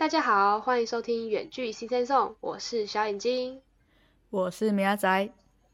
大家好，欢迎收听远距新生颂，我是小眼睛， 我是米亚仔。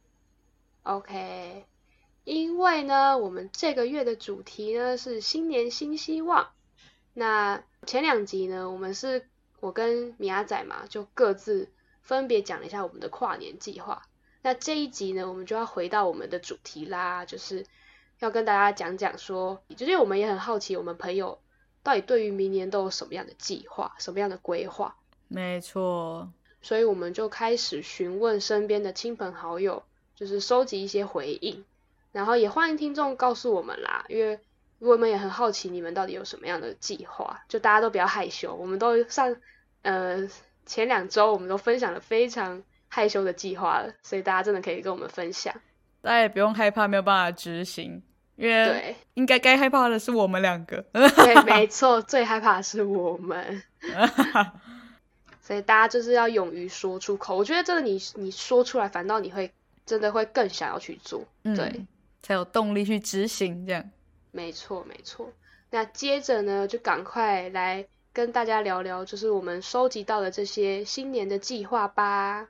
OK，因为呢，我们这个月的主题呢是新年新希望。那前两集呢，我跟米亚仔嘛，就各自分别讲了一下我们的跨年计划。那这一集呢，我们就要回到我们的主题啦，就是要跟大家讲讲说，就是因为我们也很好奇，我们朋友到底对于明年都有什么样的计划，什么样的规划。 没错， 所以我们就开始询问身边的亲朋好友，就是收集一些回应，然后也欢迎听众告诉我们啦，因为我们也很好奇你们到底有什么样的计划，就大家都不要害羞，我们都前2周我们都分享了非常害羞的计划了，所以大家真的可以跟我们分享。 大家也不用害怕没有办法执行，因为对， 应该害怕的是我们两个。 对，没错，最害怕的是我们。所以大家就是要勇于说出口，我觉得这个你说出来，反倒你会真的会更想要去做，对， 才有动力去执行，这样。 没错没错。那接着呢，就赶快来跟大家聊聊，就是我们收集到的这些新年的计划吧。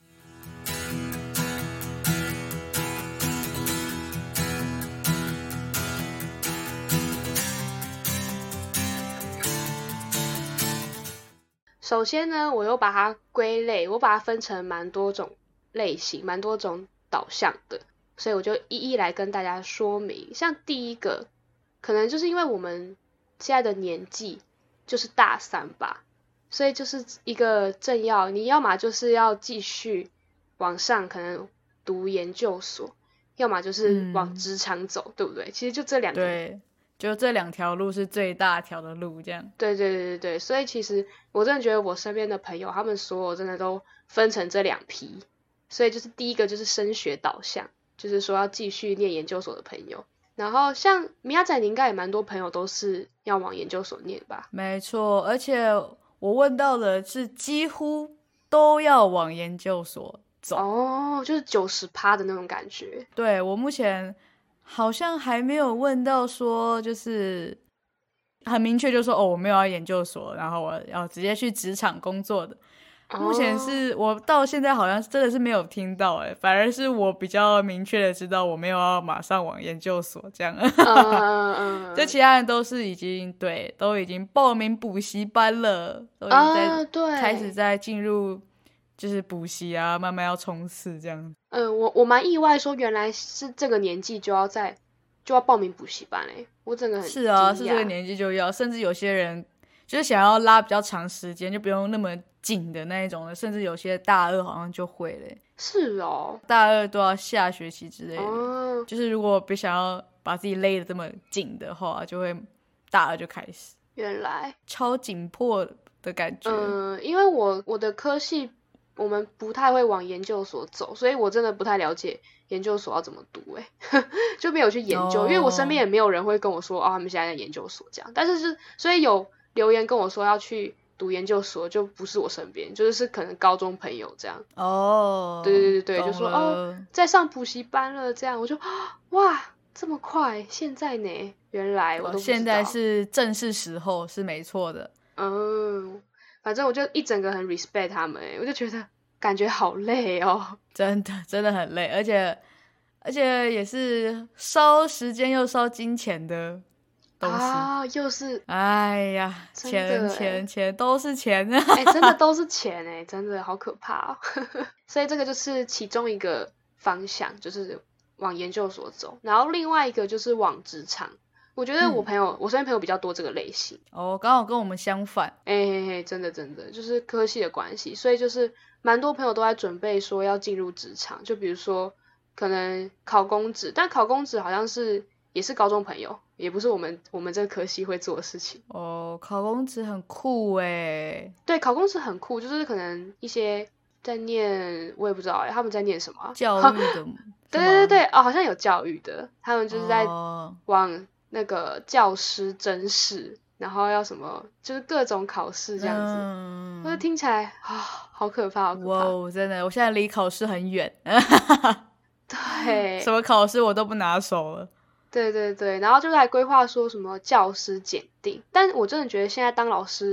首先呢，我又把它归类，我把它分成蛮多种类型，蛮多种导向的，所以我就一一来跟大家说明。像第一个，可能就是因为我们现在的年纪就是大3吧，所以就是一个正要，你要么就是要继续往上，可能读研究所，要么就是往职场走，对不对？其实就这两个。 对，就这2条路是最大条的路，这样。 对对对对对，所以其实我真的觉得我身边的朋友，他们所有真的都分成这2批，所以就是第一个就是升学导向，就是说要继续念研究所的朋友，然后像米亚仔，你应该也蛮多朋友都是要往研究所念吧？ 没错，而且我问到的是几乎都要往研究所走。 哦，就是90%的那种感觉。 对，我目前好像还没有问到说就是很明确就说我没有要研究所，然后我要直接去职场工作的。目前是我到现在好像真的是没有听到反而是我比较明确的知道我没有要马上往研究所这样。就其他人都是都已经报名补习班了，都已经在开始在进入就是补习啊，慢慢要冲刺这样。 我蛮意外说原来是这个年纪就要报名补习班我整个很是啊，是这个年纪就要，甚至有些人就是想要拉比较长时间，就不用那么紧的那一种的，甚至有些大2好像就会了。 是哦， 大2都要下学期之类的。就是如果不想要把自己勒得这么紧的话，就会大2就开始。 原来超紧迫的感觉。 因为我的科系我们不太会往研究所走，所以我真的不太了解研究所要怎么读就没有去研究，因为我身边也没有人会跟我说他们现在在研究所这样，但是所以有留言跟我说要去读研究所，就不是我身边，就是可能高中朋友这样。对，就说在上补习班了这样，我就哇这么快，现在呢？原来我都不知道。 现在是正是时候，是没错的。 反正我就一整个很 respect 他们我就觉得感觉好累哦， 真的很累，而且也是烧时间又烧金钱的东西又是哎呀，钱都是钱真的都是钱真的好可怕哦。所以这个就是其中一个方向，就是往研究所走，然后另外一个就是往职场。我觉得我身边朋友比较多这个类型刚好跟我们相反。 真的就是科系的关系，所以就是蛮多朋友都在准备说要进入职场，就比如说可能考公职，但考公职好像也是高中朋友，也不是我们这个科系会做的事情。 考公职很酷对，考公职很酷，就是可能一些在念，我也不知道他们在念什么教育的对好像有教育的，他们就是在往那个教师甄试，然后要什么就是各种考试这样子，我就听起来好可怕哇，真的，我现在离考试很远。 对， 什么考试我都不拿手了。 对，然后就来规划说什么教师检定，但我真的觉得现在当老师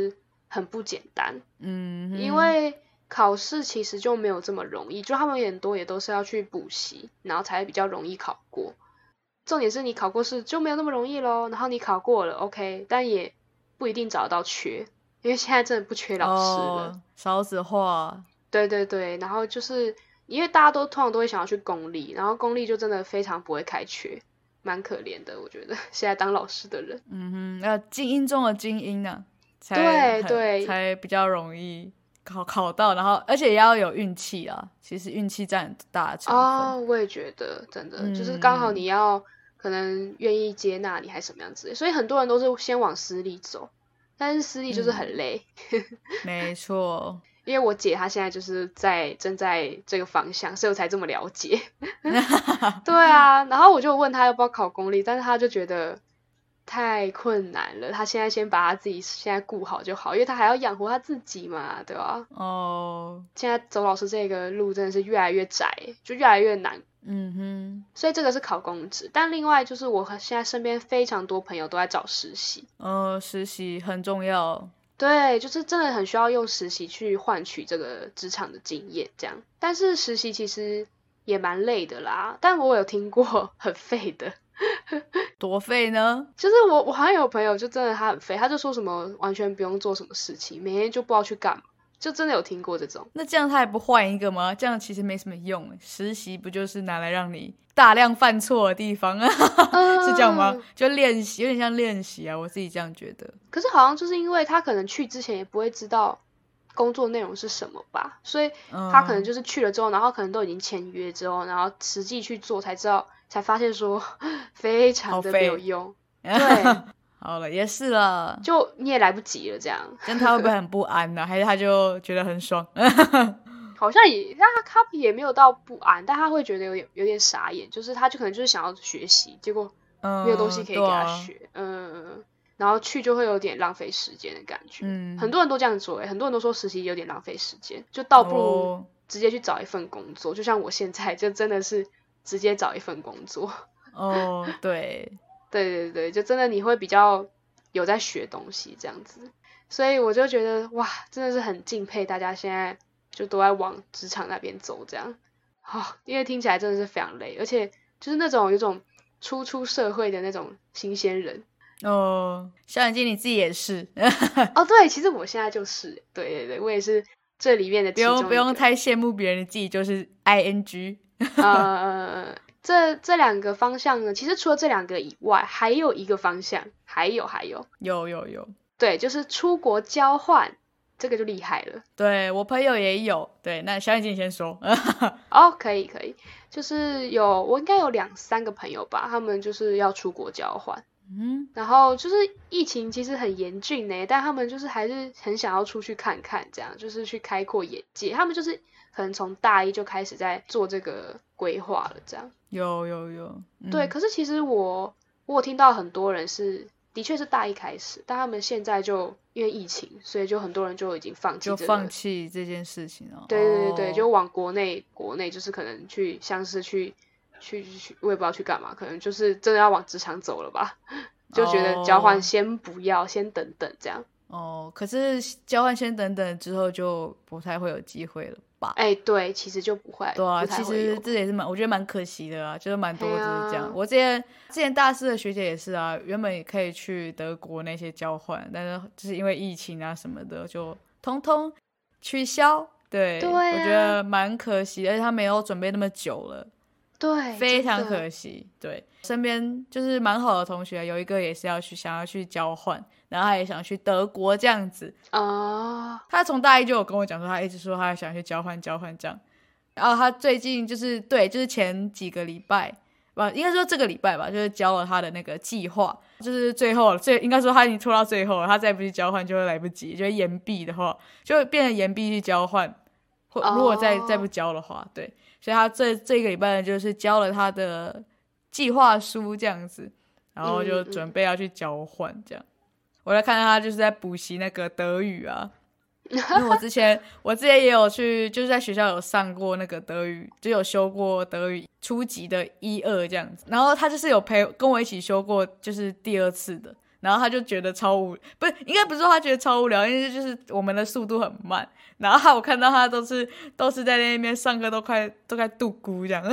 很不简单。因哼， 为考试其实就没有这么容易，就他们很多也都是要去补习，然后才比较容易考过。重点是你考过试就没有那么容易咯，然后你考过了 OK， 但也不一定找得到缺，因为现在真的不缺老师了。 少子化。 对对对，然后就是因为大家都通常都会想要去公立，然后公立就真的非常不会开缺，蛮可怜的，我觉得现在当老师的人。 要精英中的精英啊， 对对， 才比较容易考到，然后而且也要有运气啊，其实运气占很大的成分。 我也觉得真的就是刚好你要可能愿意接纳你还是什么样子，所以很多人都是先往私立走，但是私立就是很累。 没错。 因为我姐她现在就是正在这个方向，所以我才这么了解。对啊，然后我就问她要不要考公立，但是她就觉得太困难了，她现在先把她自己现在顾好就好，因为她还要养活她自己嘛，对吧？现在走老师这个路真的是越来越窄，就越来越难。所以这个是考公职，但另外就是我现在身边非常多朋友都在找实习。 实习很重要。 对，就是真的很需要用实习去换取这个职场的经验，这样。但是实习其实也蛮累的啦，但我有听过很废的。 多废呢？ 就是我好像有朋友就真的他很废，他就说什么完全不用做什么事情，每天就不知道去干嘛，就真的有听过这种。 那这样他也不换一个吗？这样其实没什么用。实习不就是拿来让你大量犯错的地方啊？是这样吗？就练习，有点像练习啊，我自己这样觉得。 可是好像就是因为他可能去之前也不会知道工作内容是什么吧，所以他可能就是去了之后，然后可能都已经签约之后，然后实际去做才知道，才发现说非常的没有用。对， 好了，也是了， 就你也来不及了这样。 但他会不会很不安呢？还是他就觉得很爽？ 好像也，他也没有到不安，但他会觉得有点傻眼，就是他就可能就是想要学习，结果没有东西可以给他学，然后去就会有点浪费时间的感觉。很多人都这样说，很多人都说实习有点浪费时间，就倒不如直接去找一份工作，就像我现在就真的是直接找一份工作。 对， 对，就真的你会比较有在学东西这样子，所以我就觉得哇，真的是很敬佩大家现在就都在往职场那边走这样。因为听起来真的是非常累，而且就是那种有种初出社会的那种新鲜人。 小眼睛你自己也是。 对，其实我现在就是对，我也是这里面的其中一个。 不用太羡慕别人，自己就是 ING。 这两个方向呢，其实除了这两个以外，还有一个方向，还有， 有， 对，就是出国交换，这个就厉害了。 对，我朋友也有。对，那小眼睛先说。 可以，就是我应该有2-3个朋友吧，他们就是要出国交换。然后就是疫情其实很严峻呢，但他们就是还是很想要出去看看，这样就是去开阔眼界。他们就是可能从大一就开始在做这个规划了，这样。 有。 对，可是其实我有听到很多人的确是大一开始，但他们现在就因为疫情，所以就很多人就已经放弃这件事情了。 对，就往国内就是可能像是去我也不知道去干嘛，可能就是真的要往职场走了吧，就觉得交换先不要，先等等这样。 可是交换先等等之后就不太会有机会了吧？ 对，其实就不会。 对啊，其实这也是我觉得蛮可惜的啊，就是蛮多就是这样。我之前大四的学姐也是啊，原本也可以去德国那些交换，但是就是因为疫情啊什么的，就通通取消。对，我觉得蛮可惜，而且他没有准备那么久了。 对， 非常可惜。对，身边就是蛮好的同学，有一个也是想要去交换，然后他也想去德国这样子。他从大一就有跟我讲说，他一直说他想去交换这样。然后他最近就是前几个礼拜吧，应该说这个礼拜吧，就是交了他的那个计划，就是应该说他已经拖到最后了，他再不去交换就会来不及，就会延毕的话就会变成延毕去交换，或如果再不交的话，对。所以他这个礼拜就是交了他的计划书这样子，然后就准备要去交换这样。我在看到他就是在补习那个德语啊，因为我之前也有去，就是在学校有上过那个德语，就有修过德语初级的1、2这样子。然后他就是有跟我一起修过，就是第2次的。 然后他就觉得不是，应该不是说他觉得超无聊，因为就是我们的速度很慢，然后我看到他都是在那边上课都快度咕这样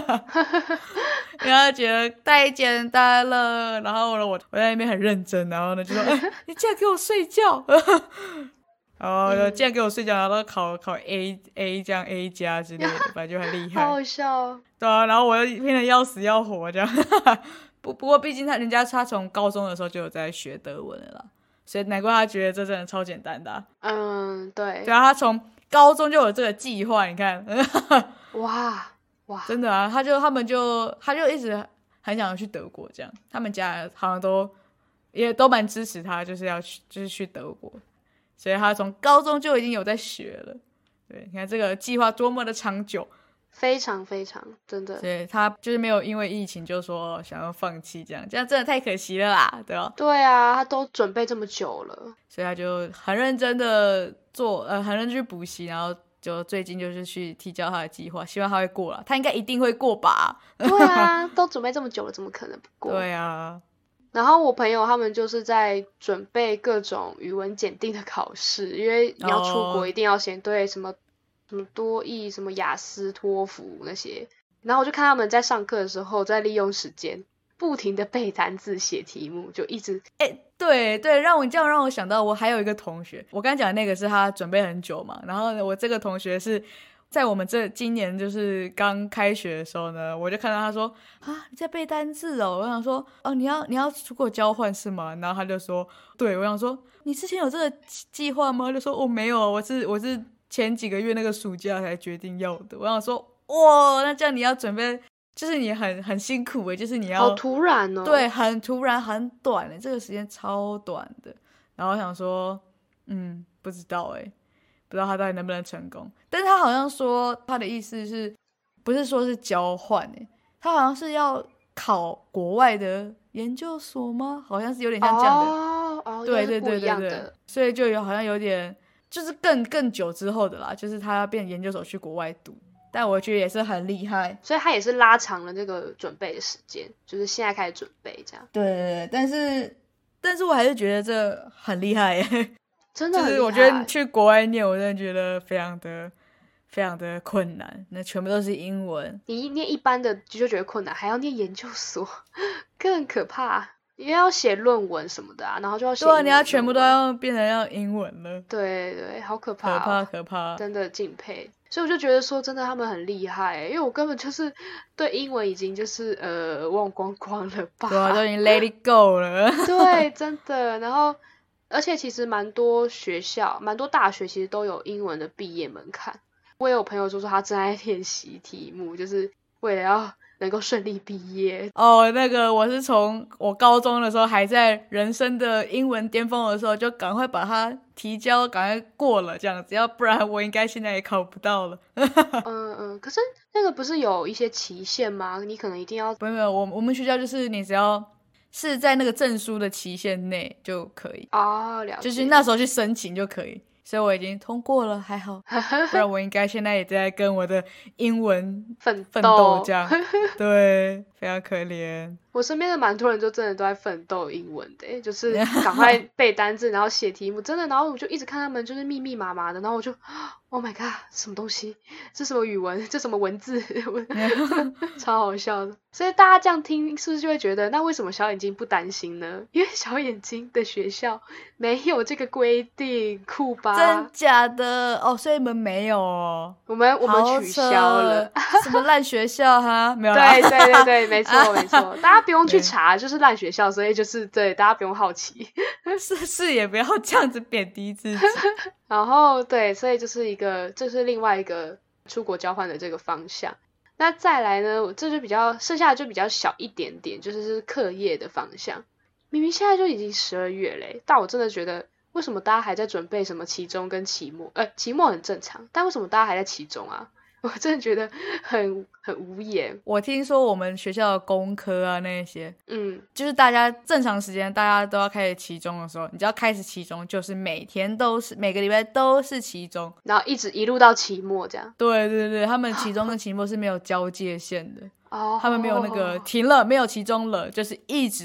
然后觉得太简单了，然后呢我在那边很认真，然后呢就说你竟然给我睡觉然后竟然给我睡觉，然后考 A 这样 A 加之类的，反正就很厉害， 好好笑。 对啊，然后我又拼得要死要活这样不过毕竟人家从高中的时候就有在学德文了啦，所以难怪他觉得这真的超简单的对。 对啊，他从高中就有这个计划，你看哇， 真的啊，他就一直很想要去德国这样，他们家好像也都蛮支持他，就是去德国，所以他从高中就已经有在学了。对，你看这个计划多么的长久， 非常非常真的。 对，他就是没有因为疫情就说想要放弃这样真的太可惜了啦，对吧？ 对啊，他都准备这么久了， 所以他就很认真的很认真去补习，然后就最近就是去提交他的计划，希望他会过啦，他应该一定会过吧？ 对啊，都准备这么久了，怎么可能不过？ 对啊。 然后我朋友他们就是在准备各种语文检定的考试，因为你要出国一定要先对什么多益、什么雅思、托福那些。然后我就看他们在上课的时候，在利用时间不停的背单字、写题目，就一直对，让我想到我还有一个同学，我刚才讲的那个是他准备很久嘛，然后我这个同学是在我们今年就是刚开学的时候呢，我就看到他说你在背单字哦，我想说你要出国交换是吗？然后他就说对，我想说你之前有这个计划吗？他就说没有，我是前几个月那个暑假才决定要的。我想说哇，那这样你要准备，就是你很辛苦耶，就是你要好突然哦。 对，很突然很短耶，这个时间超短的。然后我想说不知道耶，不知道他到底能不能成功，但是他好像说他的意思是不是说是交换他好像是要考国外的研究所吗？好像是有点像这样的对，所以就好像有点就是更久之后的啦，就是他要变研究所去国外读，但我觉得也是很厉害， 所以他也是拉长了这个准备的时间，就是现在开始准备这样。 对，但是我还是觉得这很厉害耶真的很厉害， 就是我觉得去国外念，我真的觉得非常的困难，那全部都是英文。 你念一般的就觉得困难，还要念研究所，更可怕。因为要写论文什么的然后就要写英文， 对，你要全部都要变成要英文了。 对，好可怕可怕， 真的敬佩。所以我就觉得说，真的他们很厉害因为我根本就是对英文已经就是忘光光了吧？ 对啊，都已经 let it go 了。 对，真的。然后，而且其实蛮多大学其实都有英文的毕业门槛。我也有朋友就说他正在练习题目，就是为了要能够顺利毕业。 那个我是从我高中的时候还在人生的英文巅峰的时候，就赶快把它提交，赶快过了这样子，要不然我应该现在也考不到了。 可是那个不是有一些期限吗？你可能一定要没有，我们学校就是你只要是在那个证书的期限内就可以了解， 就是那时候去申请就可以。所以我已经通过了，还好，不然我应该现在也在跟我的英文奋斗这样，对，非常可怜。 我身边的蛮多人就真的都在奋斗英文的就是赶快背单字，然后写题目，真的，然后我就一直看他们就是密密麻麻的，然后我就 Oh my god， 什么东西？这什么语文？这什么文字？超好笑的。所以大家这样听，是不是就会觉得，那为什么小眼睛不担心呢？因为小眼睛的学校没有这个规定，酷吧？ 真假的所以你们没有我们取消了， 什么烂学校哈？没有啦。对，没错没错，大家不用去查，就是烂学校，所以就是对大家不用好奇， 是也不要这样子贬低自己。 然后对，所以这是另外一个出国交换的这个方向。那再来呢，这就剩下的就比较小一点点，就是课业的方向。明明现在就已经12月嘞，但我真的觉得为什么大家还在准备什么期中跟期末？期末很正常，但为什么大家还在期中啊？我真的觉得很无言。 我听说我们学校的工科那些就是大家正常时间大家都要开始期中的时候，你只要开始期中就是每个礼拜都是期中， 然后一路到期末这样。 对，他们期中跟期末是没有交界线的他们没有那个停了没有期中了，就是一直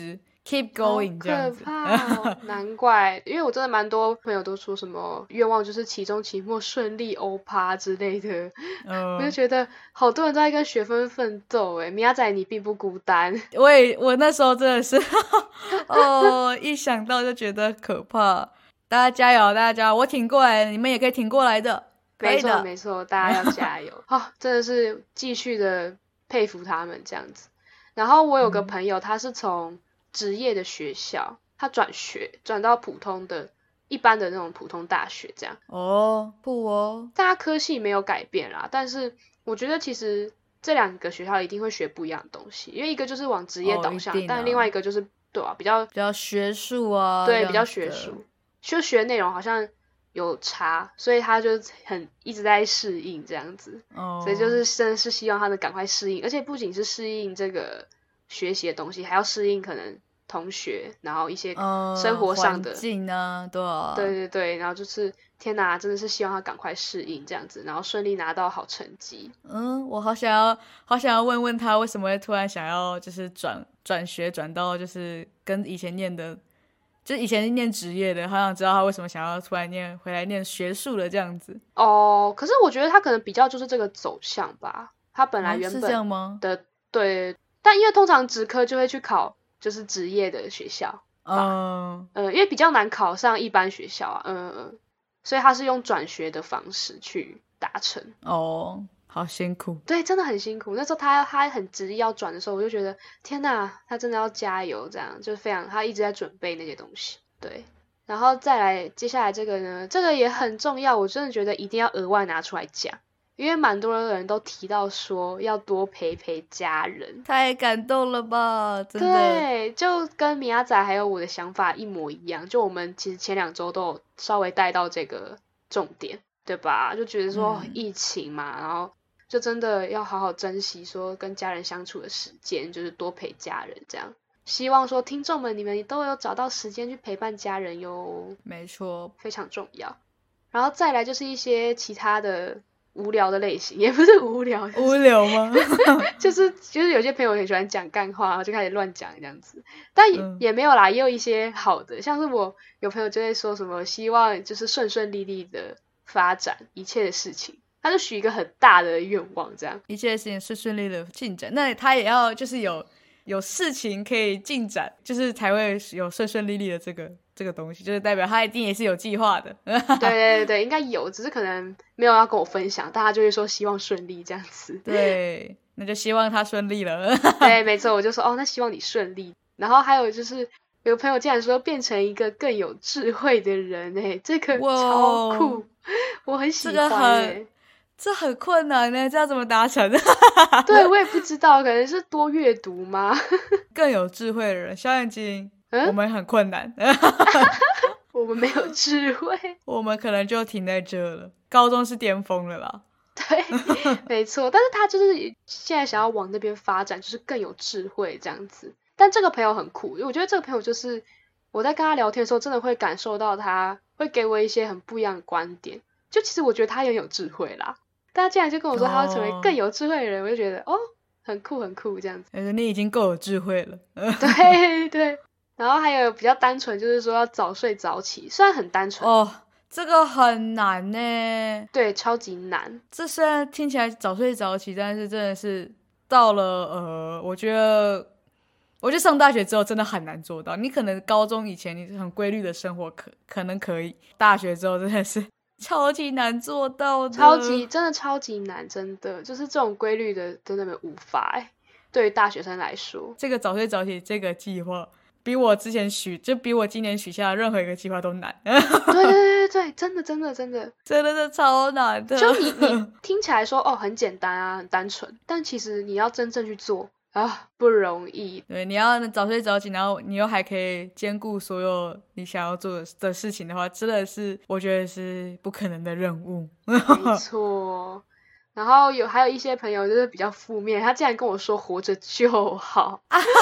keep going 这样子。 好可怕哦难怪，因为我真的蛮多朋友都说什么愿望就是期中期末顺利欧趴之类的，我就觉得好多人都在跟学分奋斗米娅仔你并不孤单。 我那时候真的是一想到就觉得可怕。大家加油，大家加油！我挺过来，你们也可以挺过来的。 没错没错，大家要加油真的是继续的佩服他们这样子。然后我有个朋友，他是从职业的学校，他转学转到普通的一般的那种普通大学这样。 不大家科系没有改变啦，但是我觉得其实这两个学校一定会学不一样的东西，因为一个就是往职业导向，但另外一个就是对啊比较学术啊， 对，比较学术，就学内容好像有差，所以他就一直在适应这样子。所以就是真的是希望他能赶快适应，而且不仅是适应这个学习的东西，还要适应可能同学，然后一些生活上的环境啊，对啊， 对对对，然后就是天哪，真的是希望他赶快适应这样子，然后顺利拿到好成绩。 我好想要问问他为什么会突然想要就是转学转到就是跟以前念的，就是以前念职业的，好想知道他为什么想要突然回来念学术的这样子。 可是我觉得他可能比较就是这个走向吧，他本来原本是这样吗？ 对，但因为通常职科就会去考就是职业的学校，因为比较难考上一般学校啊，所以他是用转学的方式去达成。 好辛苦。 对，真的很辛苦。那时候他很执意要转的时候，我就觉得天哪，他真的要加油，这样就非常他一直在准备那些东西。对，然后再来接下来这个呢，这个也很重要，我真的觉得一定要额外拿出来讲。因为蛮多人都提到说要多陪家人， 太感动了吧，真的。 对，就跟米娅仔还有我的想法一模一样，就我们其实前2周都有稍微带到这个重点，对吧？就觉得说疫情嘛，然后就真的要好好珍惜说跟家人相处的时间，就是多陪家人这样。希望说听众们你们都有找到时间去陪伴家人哟， 没错， 非常重要。然后再来就是一些其他的无聊的类型，也不是无聊， 无聊吗？ 就是有些朋友很喜欢讲干话，然后就开始乱讲这样子，但也没有啦，也有一些好的，像是我有朋友就会说什么希望就是顺顺利利的发展一切的事情，他就许一个很大的愿望，这样一切的事情顺顺利的进展，那他也要就是有事情可以进展，就是才会有顺顺利利的这个东西，就是代表他一定也是有计划的。 对，应该有，只是可能没有要跟我分享，大家就会说希望顺利这样子。 对，那就希望他顺利了。 对，没错，我就说那希望你顺利。然后还有就是有朋友竟然说变成一个更有智慧的人这个超酷，我很喜欢这很困难这要怎么达成？ 对，我也不知道，可能是多阅读吗？ 更有智慧的人，萧燕京，我们很困难。 我们没有智慧， 我们可能就停在这了。高中是巅峰了啦。 对，没错，但是他就是现在想要往那边发展，就是更有智慧这样子。但这个朋友很酷，因为我觉得这个朋友就是我在跟他聊天的时候，真的会感受到他会给我一些很不一样的观点。就其实我觉得他也有智慧啦，但他竟然就跟我说他要成为更有智慧的人，我就觉得很酷这样子。 你已经够有智慧了。 对，然后还有比较单纯，就是说要早睡早起，虽然很单纯这个很难呢。 对，超级难。 这虽然听起来早睡早起，但是真的是到了我觉得上大学之后真的很难做到。你可能高中以前你很规律的生活可能可以，大学之后真的是超级难做到的， 真的超级难，真的就是这种规律的真的无法对于大学生来说， 这个早睡早起这个计划比我之前比我今年许下的任何一个计划都难。 对，真的是超难的。 就你听起来说很简单啊，很单纯，但其实你要真正去做不容易。 对，你要早睡早起，然后你又还可以兼顾所有你想要做的事情的话，真的是我觉得是不可能的任务。 没错。然后还有一些朋友就是比较负面，他竟然跟我说活着就好。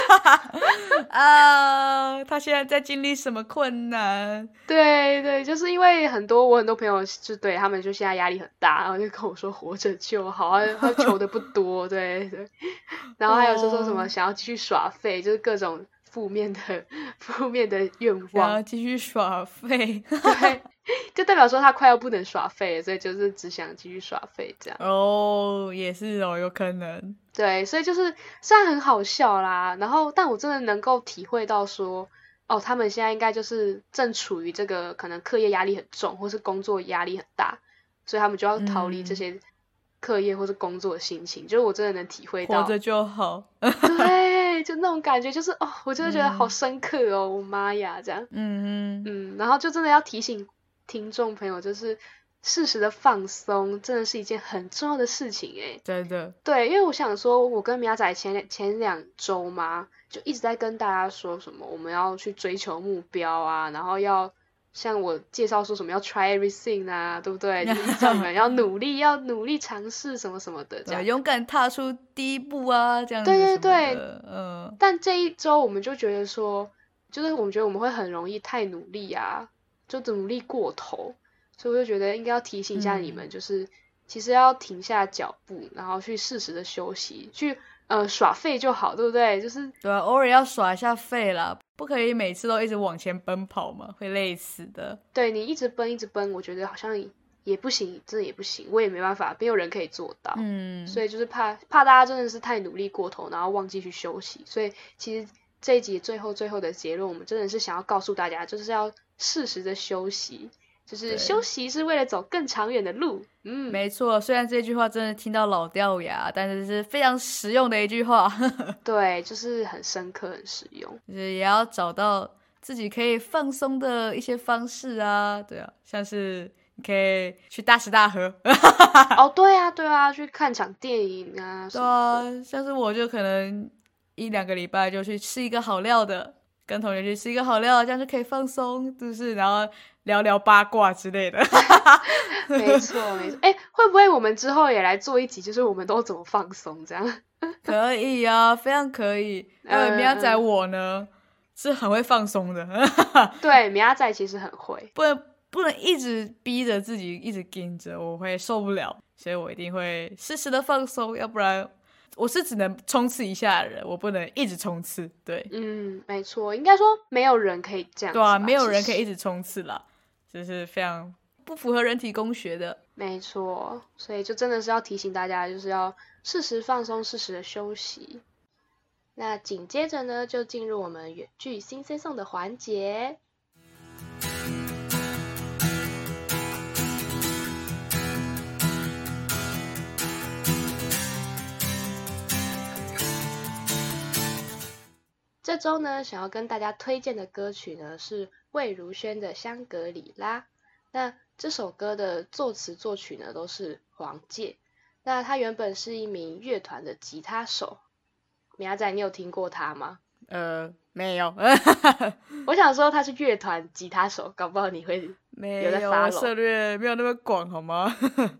他现在在经历什么困难？ 对，就是因为我很多朋友就对他们就现在压力很大，然后就跟我说活着就好，他求的不多，对。然后还有说什么想要继续耍废，就是各种负面的愿然望， 后继续耍废。 对，就代表说他快要不能耍废了，所以就是只想继续耍废这样。 哦，也是哦，有可能。 对，所以就是虽然很好笑啦，然后但我真的能够体会到说，哦，他们现在应该就是正处于这个可能课业压力很重，或是工作压力很大，所以他们就要逃离这些课业或是工作的心情。就是我真的能体会到， 活着就好。 对，就那种感觉，就是哦，我真的觉得好深刻哦，我妈呀，这样。然后就真的要提醒听众朋友，就是适时的放松，真的是一件很重要的事情诶。 真的。 对，因为我想说，我跟米亚仔前2周嘛，就一直在跟大家说什么我们要去追求目标啊，然后要像我介绍说什么要 try everything 啊，对不对？就是叫你们要努力，要努力尝试什么什么的，这样勇敢踏出第一步啊，这样子对什么对的。 对，但这一周我们就觉得说，就是我们觉得我们会很容易太努力啊，就努力过头，所以我就觉得应该要提醒一下你们，就是其实要停下脚步，然后去适时的休息，去耍废就好，对不对？就是对啊，偶尔要耍一下废啦，不可以每次都一直往前奔跑嘛，会累死的。 对，你一直奔，我觉得好像也不行，真的也不行，我也没办法，没有人可以做到。所以就是怕大家真的是太努力过头，然后忘记去休息。所以其实这一集最后的结论，我们真的是想要告诉大家，就是要适时的休息，就是休息是为了走更长远的路。 没错，虽然这句话真的听到老掉牙，但是是非常实用的一句话。 对，就是很深刻很实用， 就是也要找到自己可以放松的一些方式啊。对啊，像是你可以去大吃大喝。 哦，对啊，去看场电影啊。 对啊，像是我就可能1-2个礼拜就去吃一个好料的，跟同学去吃一个好料，这样就可以放松，就是然后聊聊八卦之类的。 没错。会不会我们之后也来做一集，就是我们都怎么放松这样？ 可以啊，非常可以。米亚仔我呢是很会放松的。 对，米亚仔其实很会， 不能一直逼着自己一直盯着，我会受不了，所以我一定会适时的放松，要不然我是只能冲刺一下的人，我不能一直冲刺。对， 没错，应该说没有人可以这样子。 对啊，没有人可以一直冲刺啦，这是非常不符合人体工学的。 没错，所以就真的是要提醒大家，就是要适时放松，适时的休息。那紧接着呢，就进入我们远距新鲜送的环节。这周呢，想要跟大家推荐的歌曲呢是魏如萱的《香格里拉》。那这首歌的作词作曲呢都是黄玠。那他原本是一名乐团的吉他手。米亚仔，你有听过他吗？ 没有。 我想说他是乐团吉他手，搞不好你会有在 follow。 我涉猎没有那么广，好吗？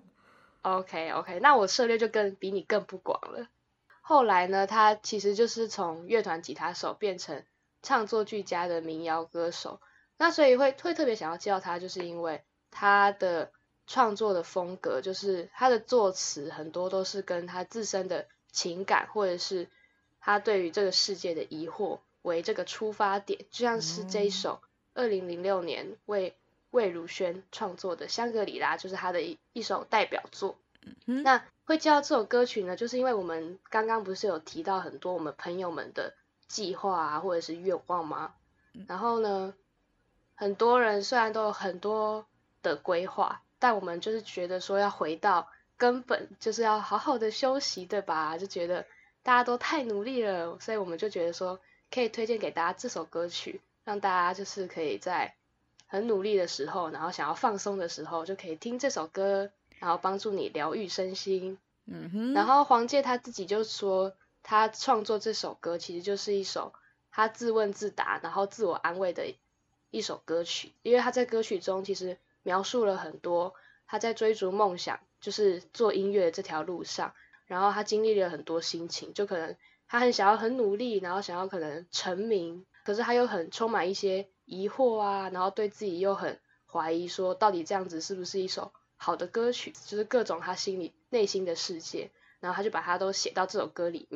OK， 那我涉猎就比你更不广了。后来呢，他其实就是从乐团吉他手变成唱作俱佳的民谣歌手。那所以会特别想要介绍他，就是因为他的创作的风格，就是他的作词很多都是跟他自身的情感，或者是他对于这个世界的疑惑为这个出发点，就像是这一首2006年为魏如萱创作的《香格里拉》，就是他的一首代表作。那会介绍这首歌曲呢，就是因为我们刚刚不是有提到很多我们朋友们的计划啊，或者是愿望吗？然后呢，很多人虽然都有很多的规划，但我们就是觉得说要回到根本，就是要好好的休息，对吧？就觉得大家都太努力了，所以我们就觉得说可以推荐给大家这首歌曲，让大家就是可以在很努力的时候，然后想要放松的时候，就可以听这首歌，然后帮助你疗愈身心。然后黄玠他自己就说，他创作这首歌其实就是一首他自问自答，然后自我安慰的一首歌曲。因为他在歌曲中其实描述了很多他在追逐梦想，就是做音乐这条路上，然后他经历了很多心情，就可能他很想要很努力，然后想要可能成名，可是他又很充满一些疑惑啊，然后对自己又很怀疑，说到底这样子是不是一首好的歌曲，就是各种他心里内心的世界，然后他就把它都写到这首歌里面。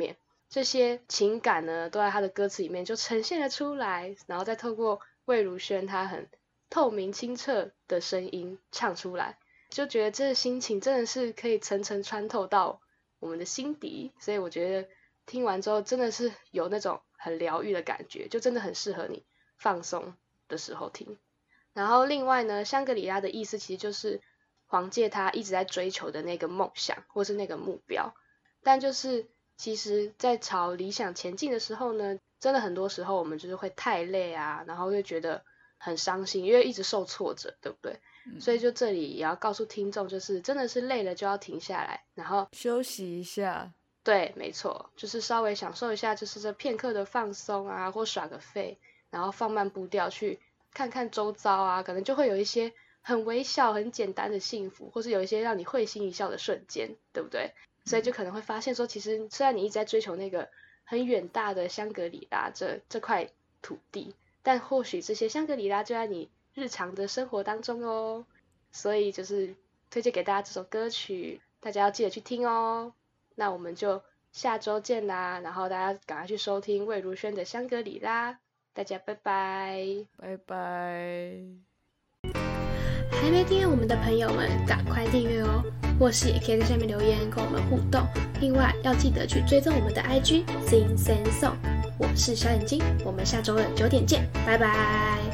这些情感呢都在他的歌词里面就呈现了出来，然后再透过魏如萱他很透明清澈的声音唱出来，就觉得这个心情真的是可以层层穿透到我们的心底，所以我觉得听完之后真的是有那种很疗愈的感觉，就真的很适合你放松的时候听。然后另外呢，香格里拉的意思其实就是黄介他一直在追求的那个梦想或是那个目标，但就是其实在朝理想前进的时候呢，真的很多时候我们就是会太累啊，然后又觉得很伤心，因为一直受挫折，对不对？所以就这里也要告诉听众，就是真的是累了就要停下来，然后休息一下。 对，没错，就是稍微享受一下就是这片刻的放松啊，或耍个废，然后放慢步调去看看周遭啊，可能就会有一些很微小很简单的幸福，或是有一些让你会心一笑的瞬间，对不对？所以就可能会发现说，其实虽然你一直在追求那个很远大的香格里拉这块土地，但或许这些香格里拉就在你日常的生活当中哦。所以就是推荐给大家这首歌曲，大家要记得去听哦。那我们就下周见啦，然后大家赶快去收听魏如萱的香格里拉，大家拜拜， 拜拜。 还没订阅我们的朋友们，赶快订阅哦！或是也可以在下面留言跟我们互动。另外要记得去追踪我们的 IG Sing Sing Song。我是小眼睛，我们下周二9点见，拜拜。